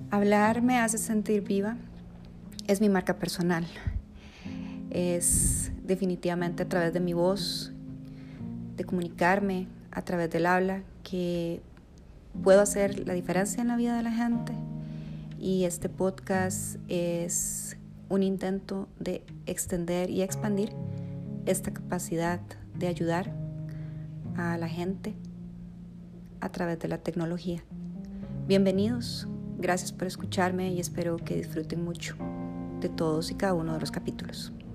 Hablar me hace sentir viva, es mi marca personal, es definitivamente a través de mi voz, de comunicarme a través del habla, que puedo hacer la diferencia en la vida de la gente. Y este podcast es un intento de extender y expandir esta capacidad de ayudar a la gente a través de la tecnología. Bienvenidos, gracias por escucharme y espero que disfruten mucho de todos y cada uno de los capítulos.